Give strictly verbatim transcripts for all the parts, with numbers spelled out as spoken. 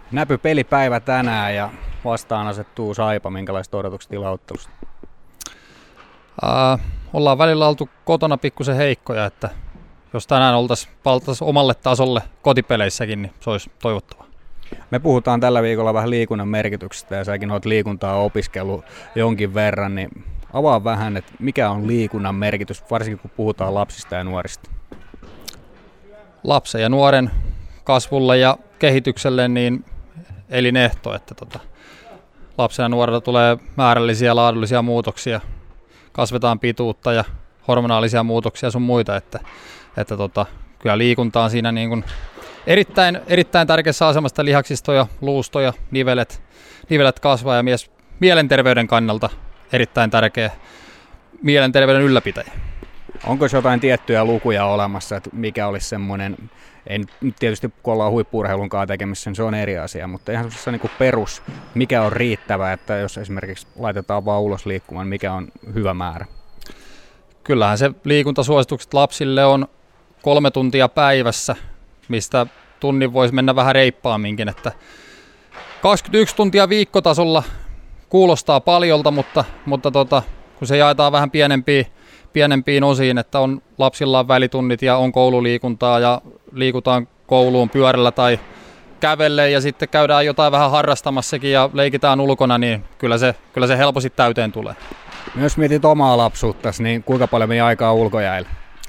Näpy pelipäivä tänään ja vastaan asettuu Saipa. Minkälaiset odotukset tilauttelusta? Äh, ollaan välillä oltu kotona pikkusen heikkoja, että jos tänään oltaisiin omalle tasolle kotipeleissäkin, niin se olisi toivottavaa. Me puhutaan tällä viikolla vähän liikunnan merkityksestä ja säkin olet liikuntaa opiskellut jonkin verran, niin avaa vähän, että mikä on liikunnan merkitys, varsinkin kun puhutaan lapsista ja nuorista. Lapsen ja nuoren kasvulle ja kehitykselle niin elinehto, että tota, lapsen ja nuorella tulee määrällisiä ja laadullisia muutoksia, kasvetaan pituutta ja hormonaalisia muutoksia sun muita, että, että tota, kyllä liikunta on siinä niin kuin erittäin, erittäin tärkeässä asemassa, lihaksistoja, luustoja, nivelet, nivelet kasvaa ja mies, mielenterveyden kannalta erittäin tärkeä mielenterveyden ylläpitäjä. Onko jotain tiettyjä lukuja olemassa, että mikä olisi semmoinen, ei nyt tietysti kun ollaan huippu-urheilun kanssa tekemissä, niin se on eri asia, mutta ihan semmoisessa niin kuin perus, mikä on riittävä, että jos esimerkiksi laitetaan vaan ulos liikkumaan, mikä on hyvä määrä? Kyllähän se liikuntasuositukset lapsille on kolme tuntia päivässä, mistä tunnin voisi mennä vähän reippaamminkin, että kaksikymmentäyksi tuntia viikkotasolla kuulostaa paljolta, mutta, mutta tota, kun se jaetaan vähän pienempiin, pienempiin osiin, että on lapsilla on välitunnit ja on koululiikuntaa ja liikutaan kouluun pyörällä tai kävellen ja sitten käydään jotain vähän harrastamassakin ja leikitään ulkona, niin kyllä se, kyllä se helposti täyteen tulee. Jos mietit omaa lapsuuttasi, niin kuinka paljon meni aikaa ulkojäällä?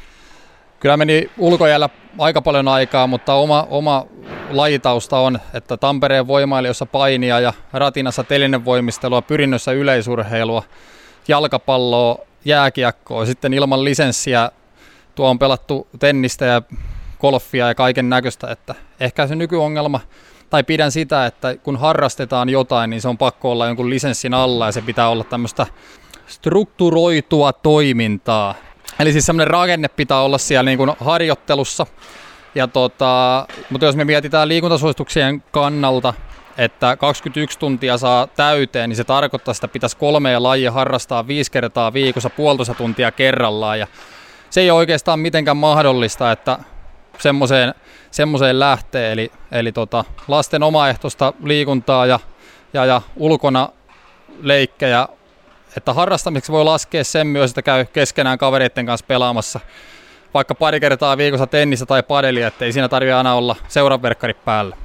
Kyllä meni ulkojäällä aika paljon aikaa, mutta oma, oma lajitausta on, että Tampereen voimailijoissa painia ja Ratinassa telinevoimistelua, pyrinnössä yleisurheilua, jalkapalloa, jääkiekkoa, sitten ilman lisenssiä tuo on pelattu tennistä ja golfia ja kaiken näköistä, että ehkä se nykyongelma, tai pidän sitä, että kun harrastetaan jotain, niin se on pakko olla jonkun lisenssin alla ja se pitää olla tämmöistä strukturoitua toimintaa. Eli siis semmoinen rakenne pitää olla siellä niin kuin harjoittelussa. Ja tota, mutta jos me mietitään liikuntasuosituksien kannalta, että kaksikymmentäyksi tuntia saa täyteen, niin se tarkoittaa, että pitäisi kolmea lajia harrastaa viisi kertaa viikossa puolitoista tuntia kerrallaan. Ja se ei ole oikeastaan mitenkään mahdollista, että semmoiseen, semmoiseen lähtee. Eli, eli tota, lasten omaehtoista liikuntaa ja, ja, ja ulkona leikkejä. Että harrastamiseksi voi laskea sen myös, että käy keskenään kavereiden kanssa pelaamassa vaikka pari kertaa viikossa tennistä tai padelia, ettei siinä tarvitse aina olla seuraverkkarit päällä.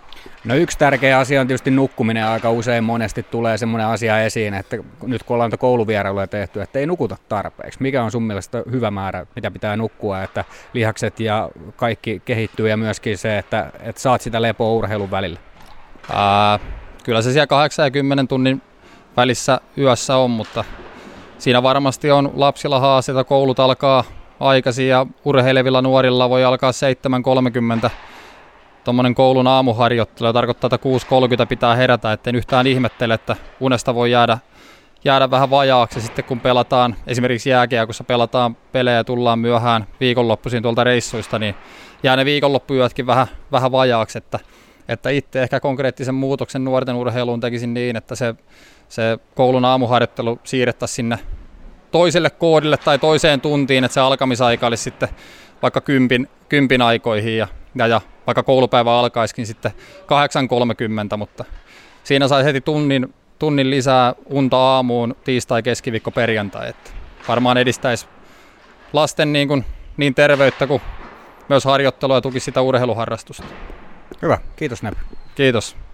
No yksi tärkeä asia on tietysti nukkuminen. Aika usein monesti tulee semmoinen asia esiin, että nyt kun ollaan kouluvierailuja tehty, että ei nukuta tarpeeksi. Mikä on sun mielestä hyvä määrä, mitä pitää nukkua, että lihakset ja kaikki kehittyy ja myöskin se, että, että saat sitä lepoa urheilun välillä? Ää, kyllä se siellä kahdeksan ja kymmenen tunnin välissä yössä on, mutta siinä varmasti on lapsilla haasteita. Koulut alkaa aikaisin ja urheilevilla nuorilla voi alkaa seitsemän kolmekymmentä. Tuommoinen koulun aamuharjoittelu tarkoittaa, että kuusi kolmekymmentä pitää herätä, ettei yhtään ihmettele, että unesta voi jäädä, jäädä vähän vajaaksi. Sitten kun pelataan, esimerkiksi jääkiekossa pelataan pelejä ja tullaan myöhään viikonloppuisin tuolta reissuista, niin jää ne viikonloppuyötkin vähän, vähän vajaaksi. Että, että itse ehkä konkreettisen muutoksen nuorten urheiluun tekisin niin, että se, se koulun aamuharjoittelu siirrettäisiin sinne toiselle koodille tai toiseen tuntiin, että se alkamisaika olisi sitten vaikka kympin, kympin aikoihin ja, ja, ja vaikka koulupäivä alkaisikin sitten kahdeksan kolmekymmentä, mutta siinä saisi heti tunnin, tunnin lisää unta aamuun tiistai, keskiviikko, perjantai, että varmaan edistäisi lasten niin, kuin, niin terveyttä kuin myös harjoittelua ja tukisi sitä urheiluharrastusta. Hyvä, kiitos Näpy. Kiitos.